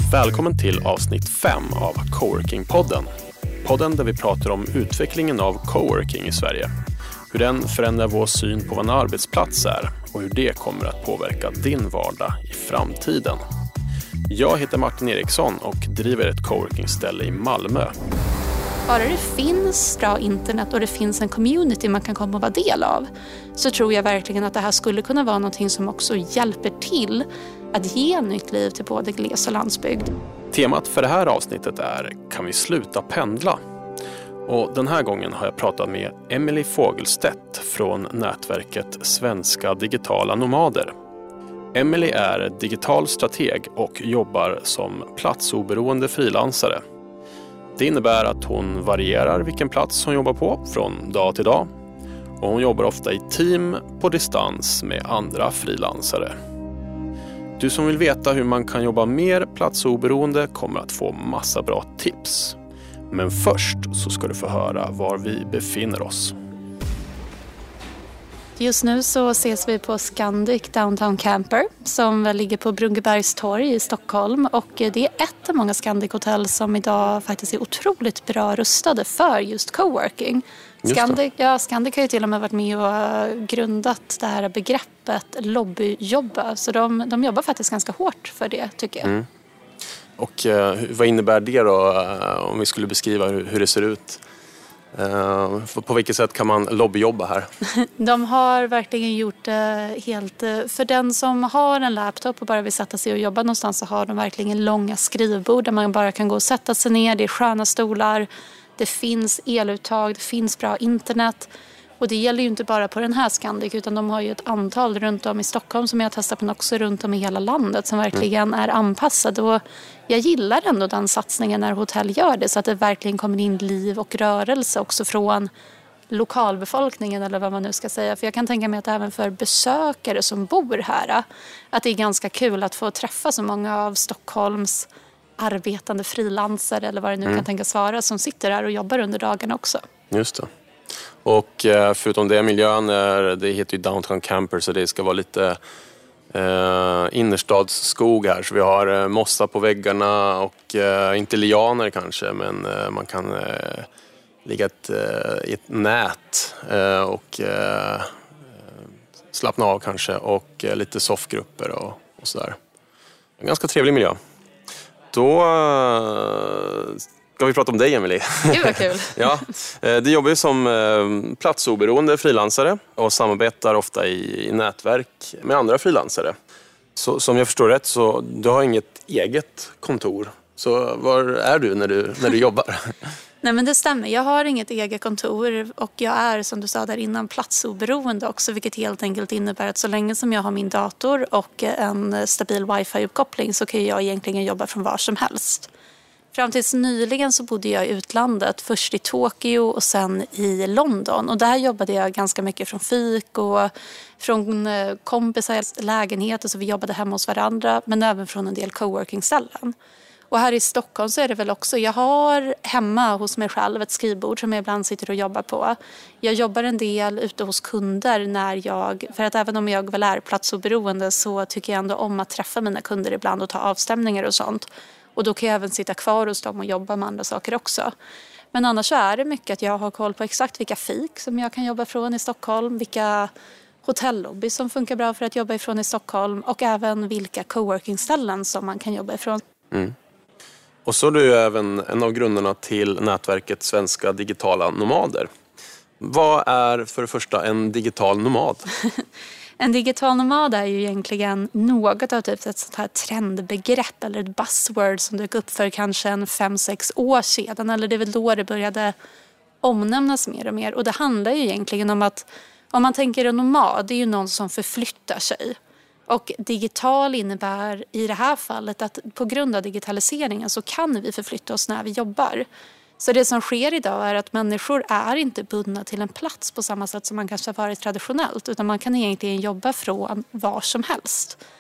Välkommen till avsnitt 5 av Coworking-podden. Podden där vi pratar om utvecklingen av coworking i Sverige. Hur den förändrar vår syn på vad en arbetsplats är och hur det kommer att påverka din vardag i framtiden. Jag heter Martin Eriksson och driver ett coworking-ställe i Malmö. Bara det finns bra internet och det finns en community man kan komma och vara del av, så tror jag verkligen att det här skulle kunna vara någonting som också hjälper till att ge nytt liv till både gles- och landsbygd. Temat för det här avsnittet är Kan vi sluta pendla? Och den här gången har jag pratat med Emelie Fogelstedt från nätverket Svenska digitala nomader. Emelie är digital strateg och jobbar som platsoberoende frilansare. Det innebär att hon varierar vilken plats hon jobbar på från dag till dag. Och hon jobbar ofta i team på distans med andra frilansare. Du som vill veta hur man kan jobba mer platsoberoende kommer att få massa bra tips. Men först så ska du få höra var vi befinner oss. Just nu så ses vi på Scandic Downtown Camper som ligger på Brunkebergs torg i Stockholm. Och det är ett av många Scandic-hotell som idag faktiskt är otroligt bra rustade för just coworking. Scandic har ju till och med varit med och grundat det här begreppet lobbyjobba. Så de jobbar faktiskt ganska hårt för det, tycker jag. Och vad innebär det då, om vi skulle beskriva hur det ser ut? På vilket sätt kan man lobbyjobba här? De har verkligen gjort det helt... För den som har en laptop och bara vill sätta sig och jobba någonstans, så har de verkligen långa skrivbord där man bara kan gå och sätta sig ner. Det är sköna stolar, det finns eluttag, det finns bra internet. Och det gäller ju inte bara på den här Scandic, utan de har ju ett antal runt om i Stockholm som jag har testat, men också runt om i hela landet som verkligen är anpassade. Och jag gillar ändå den satsningen när hotell gör det, så att det verkligen kommer in liv och rörelse också från lokalbefolkningen, eller vad man nu ska säga. För jag kan tänka mig att även för besökare som bor här, att det är ganska kul att få träffa så många av Stockholms arbetande frilansare, eller vad det nu kan tänkas vara, som sitter här och jobbar under dagen också. Just det. Och förutom det, miljön det heter ju Downtown Camper, så det ska vara lite innerstadsskog här. Så vi har mossa på väggarna och inte lianer kanske, men man kan ligga i ett nät och slappna av kanske, och lite soffgrupper och sådär. En ganska trevlig miljö. Då ska vi prata om dig, Emelie. Gud vad kul. Ja, du jobbar ju som platsoberoende frilansare och samarbetar ofta i nätverk med andra frilansare. Så som jag förstår rätt, så du har inget eget kontor. Så var är du när du jobbar? Nej, men det stämmer. Jag har inget eget kontor och jag är, som du sa där innan, platsoberoende också, vilket helt enkelt innebär att så länge som jag har min dator och en stabil wifi-uppkoppling så kan jag egentligen jobba från var som helst. Fram tills nyligen så bodde jag i utlandet, först i Tokyo och sen i London. Och där jobbade jag ganska mycket från fik och från kompisars lägenheter, så vi jobbade hemma hos varandra, men även från en del coworking-ställen. Och här i Stockholm så är det väl också, jag har hemma hos mig själv ett skrivbord som jag ibland sitter och jobbar på. Jag jobbar en del ute hos kunder för att även om jag väl är platsoberoende så tycker jag ändå om att träffa mina kunder ibland och ta avstämningar och sånt. Och då kan jag även sitta kvar hos dem och jobba med andra saker också. Men annars så är det mycket att jag har koll på exakt vilka fik som jag kan jobba från i Stockholm, vilka hotellobby som funkar bra för att jobba ifrån i Stockholm, och även vilka coworking-ställen som man kan jobba ifrån. Och så är du även en av grundarna till nätverket Svenska digitala nomader. Vad är för det första en digital nomad? En digital nomad är ju egentligen något av typ ett sånt här trendbegrepp eller ett buzzword som dök upp för kanske 5-6 år sedan. Eller det är väl då det började omnämnas mer och mer. Och det handlar ju egentligen om att, om man tänker en nomad, det är ju någon som förflyttar sig. Och digital innebär i det här fallet att på grund av digitaliseringen så kan vi förflytta oss när vi jobbar. Så det som sker idag är att människor är inte bundna till en plats på samma sätt som man kanske har varit traditionellt, utan man kan egentligen jobba från var som helst.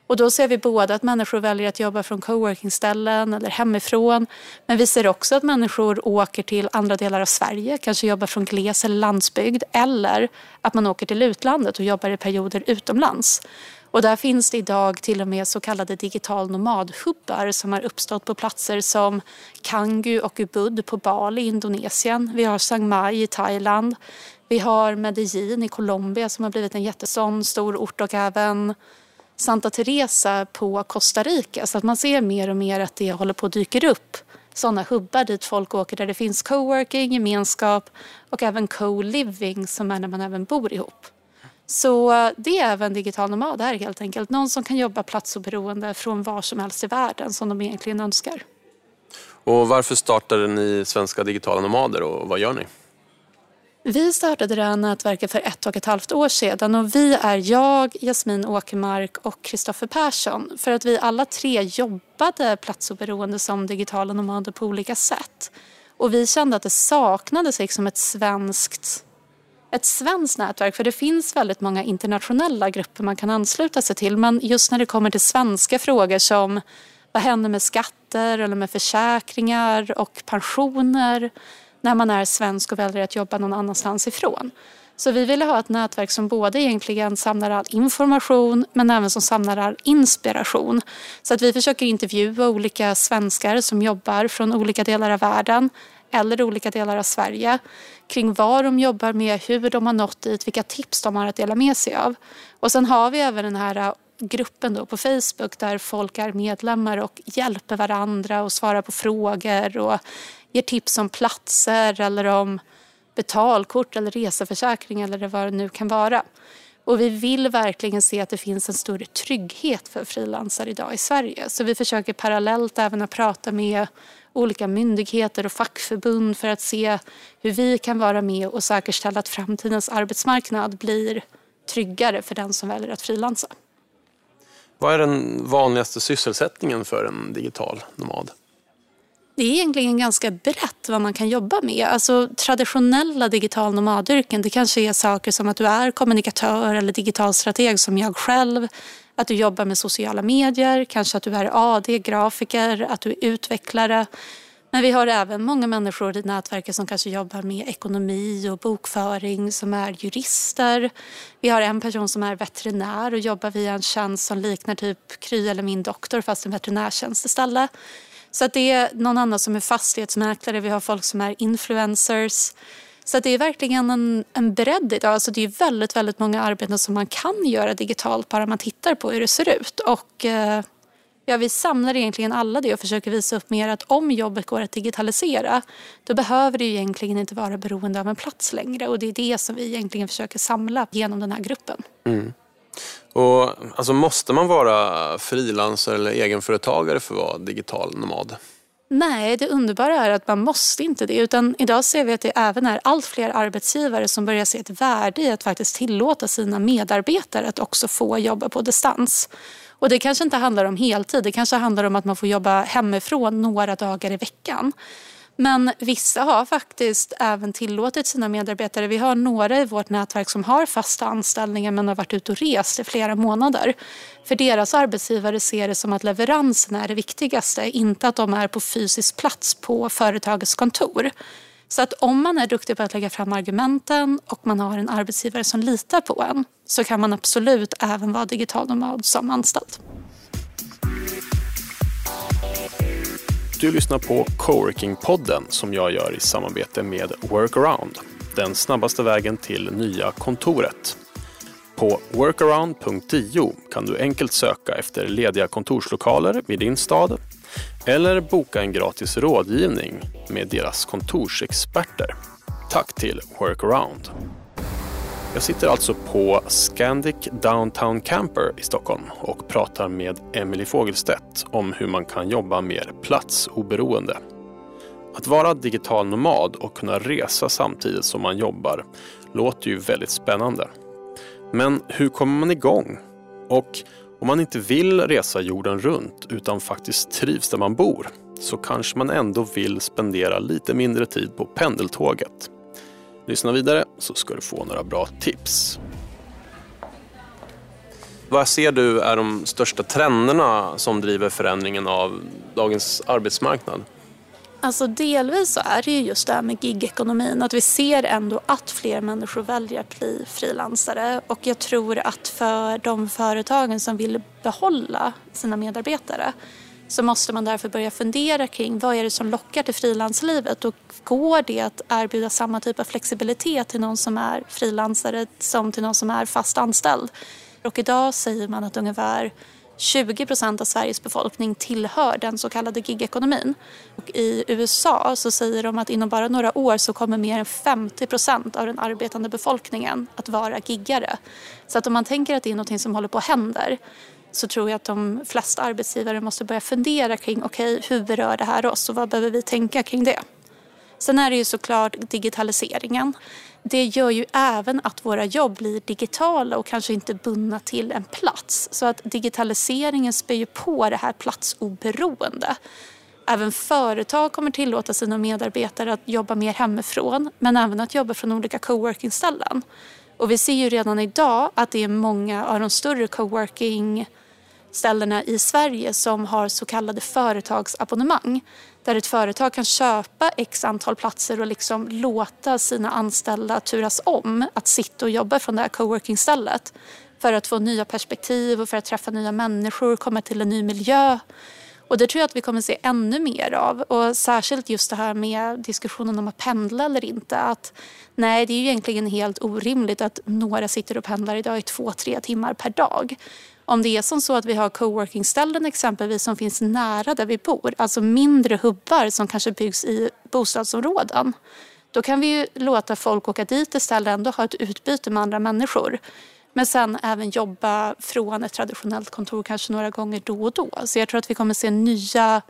Och då ser vi både att människor väljer att jobba från coworkingställen eller hemifrån. Men vi ser också att människor åker till andra delar av Sverige, kanske jobbar från gles eller landsbygd. Eller att man åker till utlandet och jobbar i perioder utomlands. Och där finns det idag till och med så kallade digital nomadhubbar som har uppstått på platser som Canggu och Ubud på Bali i Indonesien. Vi har Chiang Mai i Thailand. Vi har Medellin i Colombia som har blivit en jättesån stor ort, och även Santa Teresa på Costa Rica. Så att man ser mer och mer att det håller på att dyka upp sådana hubbar dit folk åker där det finns coworking, gemenskap och även co-living som är när man även bor ihop. Så det är även digital nomad här helt enkelt. Någon som kan jobba platsoberoende från var som helst i världen som de egentligen önskar. Och varför startade ni Svenska digitala nomader och vad gör ni? Vi startade det här nätverket för 1,5 år sedan och vi är jag, Jasmin Åkermark och Kristoffer Persson. För att vi alla 3 jobbade platsoberoende som digitala nomader på olika sätt. Och vi kände att det saknades liksom ett svenskt nätverk, för det finns väldigt många internationella grupper man kan ansluta sig till. Men just när det kommer till svenska frågor som vad händer med skatter eller med försäkringar och pensioner när man är svensk och väljer att jobba någon annanstans ifrån. Så vi ville ha ett nätverk som både egentligen samlar all information men även som samlar all inspiration. Så att vi försöker intervjua olika svenskar som jobbar från olika delar av världen eller olika delar av Sverige kring vad de jobbar med, hur de har nått dit, vilka tips de har att dela med sig av. Och sen har vi även den här gruppen då på Facebook där folk är medlemmar och hjälper varandra och svarar på frågor och ger tips om platser eller om betalkort eller reseförsäkring eller vad det nu kan vara. Och vi vill verkligen se att det finns en större trygghet för frilansare idag i Sverige. Så vi försöker parallellt även att prata med olika myndigheter och fackförbund för att se hur vi kan vara med och säkerställa att framtidens arbetsmarknad blir tryggare för den som väljer att frilansa. Vad är den vanligaste sysselsättningen för en digital nomad? Det är egentligen ganska brett vad man kan jobba med. Alltså traditionella digital nomadyrken, det kanske är saker som att du är kommunikatör eller digital strateg som jag själv. Att du jobbar med sociala medier, kanske att du är AD, grafiker, att du är utvecklare. Men vi har även många människor i nätverket som kanske jobbar med ekonomi och bokföring, som är jurister. Vi har en person som är veterinär och jobbar via en tjänst som liknar typ Kry eller Min Doktor fast en veterinärtjänst istället. Så att det är någon annan som är fastighetsmäklare, vi har folk som är influencers. Så att det är verkligen en bredd idag. Alltså det är väldigt, väldigt många arbeten som man kan göra digitalt bara man tittar på hur det ser ut. Och vi samlar egentligen alla det och försöker visa upp mer att om jobbet går att digitalisera då behöver det egentligen inte vara beroende av en plats längre. Och det är det som vi egentligen försöker samla genom den här gruppen. Mm. Och alltså, måste man vara frilansare eller egenföretagare för att vara digital nomad? Nej, det underbara är att man måste inte det. Utan idag ser vi att det även är allt fler arbetsgivare som börjar se ett värde i att faktiskt tillåta sina medarbetare att också få jobba på distans. Och det kanske inte handlar om heltid, det kanske handlar om att man får jobba hemifrån några dagar i veckan. Men vissa har faktiskt även tillåtit sina medarbetare. Vi har några i vårt nätverk som har fasta anställningar men har varit ute och rest i flera månader. För deras arbetsgivare ser det som att leveransen är det viktigaste, inte att de är på fysisk plats på företagets kontor. Så att om man är duktig på att lägga fram argumenten och man har en arbetsgivare som litar på en så kan man absolut även vara digital nomad som anställd. Du lyssnar på Coworking-podden som jag gör i samarbete med Workaround. Den snabbaste vägen till nya kontoret. På workaround.io kan du enkelt söka efter lediga kontorslokaler vid din stad eller boka en gratis rådgivning med deras kontorsexperter. Tack till Workaround. Jag sitter alltså på Scandic Downtown Camper i Stockholm och pratar med Emelie Fogelstedt om hur man kan jobba mer platsoberoende. Att vara digital nomad och kunna resa samtidigt som man jobbar låter ju väldigt spännande. Men hur kommer man igång? Och om man inte vill resa jorden runt utan faktiskt trivs där man bor så kanske man ändå vill spendera lite mindre tid på pendeltåget. Lyssna vidare så ska du få några bra tips. Vad ser du är de största trenderna som driver förändringen av dagens arbetsmarknad? Alltså delvis så är det ju just det här med gigekonomin, att vi ser ändå att fler människor väljer att bli frilansare, och jag tror att för de företagen som vill behålla sina medarbetare så måste man därför börja fundera kring vad är det som lockar till frilanslivet, och går det att erbjuda samma typ av flexibilitet till någon som är frilansare som till någon som är fast anställd. Och idag säger man att ungefär 20% av Sveriges befolkning tillhör den så kallade gigekonomin. Och i USA så säger de att inom bara några år så kommer mer än 50% av den arbetande befolkningen att vara giggare. Så att om man tänker att det är något som håller på att hända, så tror jag att de flesta arbetsgivare måste börja fundera kring hur berör det här oss och vad behöver vi tänka kring det. Sen är det ju såklart digitaliseringen. Det gör ju även att våra jobb blir digitala och kanske inte bundna till en plats. Så att digitaliseringen spär ju på det här platsoberoende. Även företag kommer tillåta sina medarbetare att jobba mer hemifrån, men även att jobba från olika coworking-ställen. Och vi ser ju redan idag att det är många av de större coworking-ställena i Sverige som har så kallade företagsabonnemang. Där ett företag kan köpa x antal platser och liksom låta sina anställda turas om att sitta och jobba från det här coworking-stället. För att få nya perspektiv och för att träffa nya människor, komma till en ny miljö. Och det tror jag att vi kommer se ännu mer av. Och särskilt just det här med diskussionen om att pendla eller inte. Att nej, det är ju egentligen helt orimligt att några sitter och pendlar idag i 2-3 timmar per dag. Om det är som så att vi har coworking-ställen exempelvis som finns nära där vi bor, alltså mindre hubbar som kanske byggs i bostadsområden, då kan vi ju låta folk åka dit istället och ha ett utbyte med andra människor. Men sen även jobba från ett traditionellt kontor kanske några gånger då och då. Så jag tror att vi kommer se nya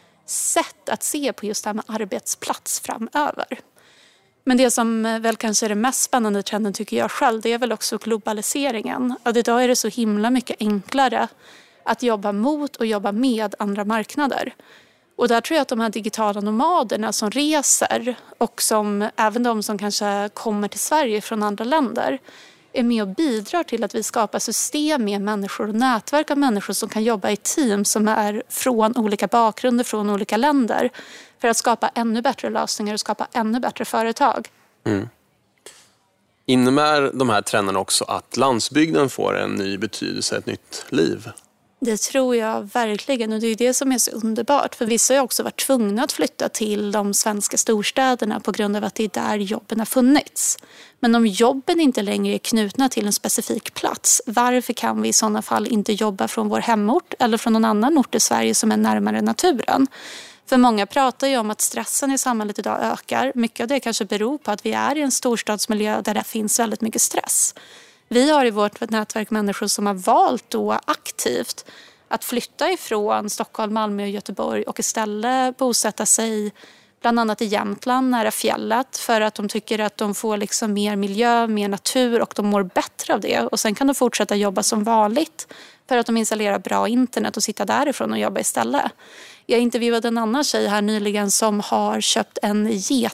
sätt att se på just det här med arbetsplats framöver. Men det som väl kanske är det mest spännande trenden tycker jag själv, det är väl också globaliseringen. Att idag är det så himla mycket enklare att jobba mot och jobba med andra marknader. Och där tror jag att de här digitala nomaderna som reser och som även de som kanske kommer till Sverige från andra länder är med och bidrar till att vi skapar system med människor och nätverk av människor som kan jobba i team som är från olika bakgrunder, från olika länder, för att skapa ännu bättre lösningar och skapa ännu bättre företag. Mm. Innebär de här trenderna också att landsbygden får en ny betydelse, ett nytt liv? Det tror jag verkligen, och det är det som är så underbart. För vissa har också varit tvungna att flytta till de svenska storstäderna på grund av att det är där jobben har funnits. Men om jobben inte längre är knutna till en specifik plats, varför kan vi i sådana fall inte jobba från vår hemort eller från någon annan ort i Sverige som är närmare naturen? För många pratar ju om att stressen i samhället idag ökar. Mycket av det kanske beror på att vi är i en storstadsmiljö där det finns väldigt mycket stress. Vi har i vårt nätverk människor som har valt då aktivt att flytta ifrån Stockholm, Malmö och Göteborg och istället bosätta sig bland annat i Jämtland nära fjället, för att de tycker att de får liksom mer miljö, mer natur och de mår bättre av det. Och sen kan de fortsätta jobba som vanligt för att de installerar bra internet och sitta därifrån och jobba istället. Jag intervjuade en annan tjej här nyligen som har köpt en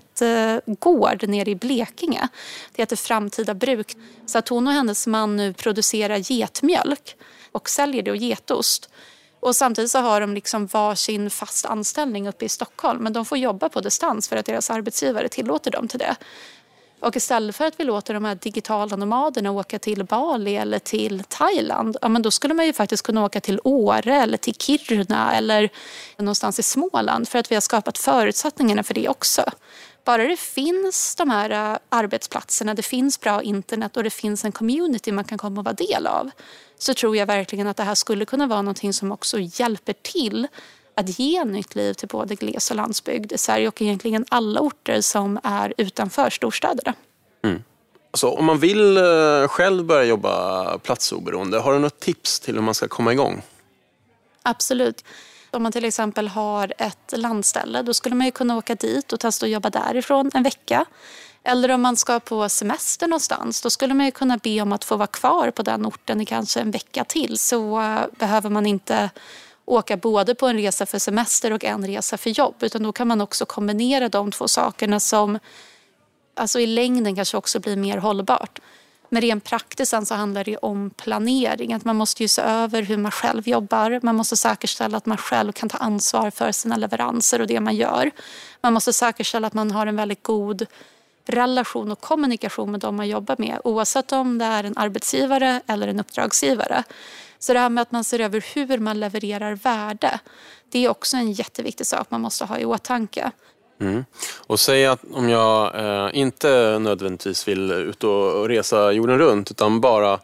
getgård nere i Blekinge. Det heter Framtida bruk. Så att hon och hennes man nu producerar getmjölk och säljer det och getost. Och samtidigt så har de liksom varsin fast anställning uppe i Stockholm. Men de får jobba på distans för att deras arbetsgivare tillåter dem till det. Och istället för att vi låter de här digitala nomaderna åka till Bali eller till Thailand, ja, men då skulle man ju faktiskt kunna åka till Åre eller till Kiruna eller någonstans i Småland, för att vi har skapat förutsättningarna för det också. Bara det finns de här arbetsplatserna, det finns bra internet och det finns en community man kan komma och vara del av, så tror jag verkligen att det här skulle kunna vara någonting som också hjälper till att ge nytt liv till både gles- och landsbygd i Sverige och egentligen alla orter som är utanför storstäderna. Mm. Alltså, om man vill själv börja jobba platsoberoende, har du något tips till hur man ska komma igång? Absolut. Om man till exempel har ett landställe, då skulle man ju kunna åka dit och testa att jobba därifrån en vecka. Eller om man ska på semester någonstans, då skulle man ju kunna be om att få vara kvar på den orten i kanske en vecka till. Så behöver man inte åka både på en resa för semester och en resa för jobb, utan då kan man också kombinera de två sakerna som alltså i längden kanske också blir mer hållbart. Men rent praktiskt så handlar det om planering. Att man måste ju se över hur man själv jobbar. Man måste säkerställa att man själv kan ta ansvar för sina leveranser och det man gör. Man måste säkerställa att man har en väldigt god relation och kommunikation med de man jobbar med. Oavsett om det är en arbetsgivare eller en uppdragsgivare. Så det här med att man ser över hur man levererar värde. Det är också en jätteviktig sak man måste ha i åtanke. Mm. Och säg att om jag inte nödvändigtvis vill ut och resa jorden runt utan bara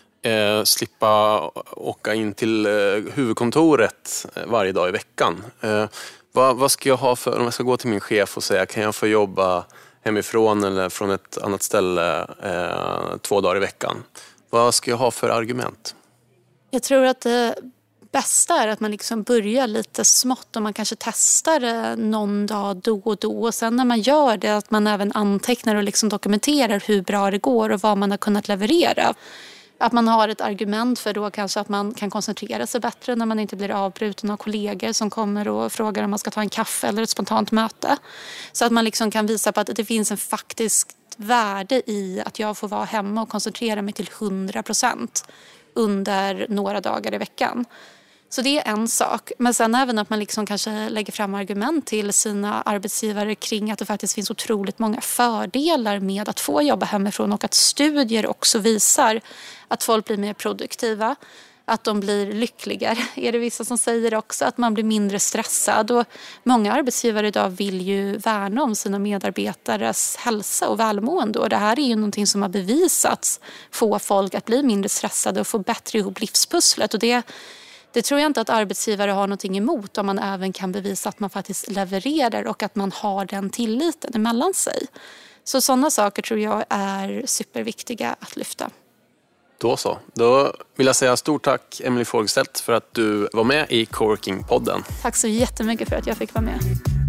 slippa åka in till huvudkontoret varje dag i veckan. Vad ska jag ha för, om jag ska gå till min chef och säga, kan jag få jobba hemifrån eller från ett annat ställe 2 dagar i veckan? Vad ska jag ha för argument? Jag tror att det bästa är att man liksom börjar lite smått och man kanske testar det någon dag då och då. Och sen när man gör det att man även antecknar och liksom dokumenterar hur bra det går och vad man har kunnat leverera. Att man har ett argument för då kanske att man kan koncentrera sig bättre när man inte blir avbruten av kollegor som kommer och frågar om man ska ta en kaffe eller ett spontant möte. Så att man liksom kan visa på att det finns en faktisk värde i att jag får vara hemma och koncentrera mig till 100% under några dagar i veckan. Så det är en sak. Men sen även att man liksom kanske lägger fram argument till sina arbetsgivare kring att det faktiskt finns otroligt många fördelar med att få jobba hemifrån och att studier också visar att folk blir mer produktiva, att de blir lyckligare. Är det vissa som säger också att man blir mindre stressad, och många arbetsgivare idag vill ju värna om sina medarbetares hälsa och välmående, och det här är ju någonting som har bevisats få folk att bli mindre stressade och få bättre ihop livspusslet, och det tror jag inte att arbetsgivare har någonting emot om man även kan bevisa att man faktiskt levererar och att man har den tilliten emellan sig. Så sådana saker tror jag är superviktiga att lyfta. Då så. Då vill jag säga stort tack Emelie Fogelstedt för att du var med i Coworking-podden. Tack så jättemycket för att jag fick vara med.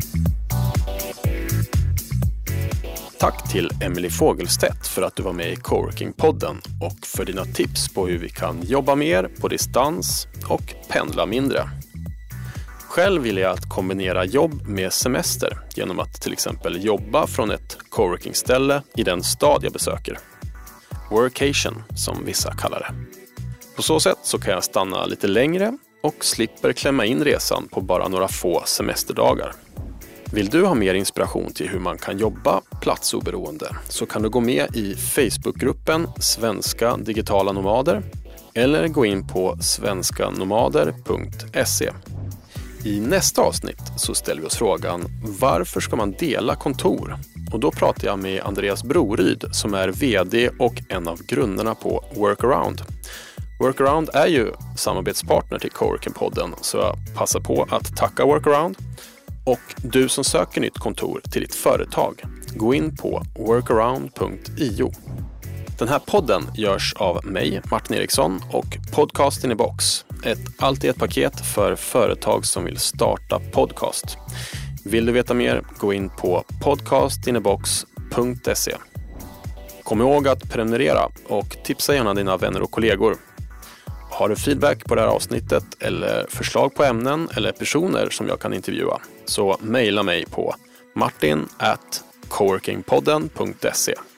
Tack till Emelie Fogelstedt för att du var med i Coworking-podden och för dina tips på hur vi kan jobba mer på distans och pendla mindre. Själv vill jag att kombinera jobb med semester genom att till exempel jobba från ett coworking-ställe i den stad jag besöker. Workation som vissa kallar det. På så sätt så kan jag stanna lite längre och slipper klämma in resan på bara några få semesterdagar. Vill du ha mer inspiration till hur man kan jobba platsoberoende så kan du gå med i Facebookgruppen Svenska digitala nomader eller gå in på svenskanomader.se. I nästa avsnitt så ställer vi oss frågan: varför ska man dela kontor? Och då pratar jag med Andreas Broryd som är vd och en av grundarna på Workaround. Workaround är ju samarbetspartner till Coworking-podden, så jag passar på att tacka Workaround. Och du som söker nytt kontor till ditt företag, gå in på workaround.io. Den här podden görs av mig, Martin Eriksson, och Podcast in a box. Allt i ett paket för företag som vill starta podcast. Vill du veta mer, gå in på podcastinabox.se. Kom ihåg att prenumerera och tipsa gärna dina vänner och kollegor. Har du feedback på det här avsnittet eller förslag på ämnen eller personer som jag kan intervjua, så mejla mig på martin@coworkingpodden.se.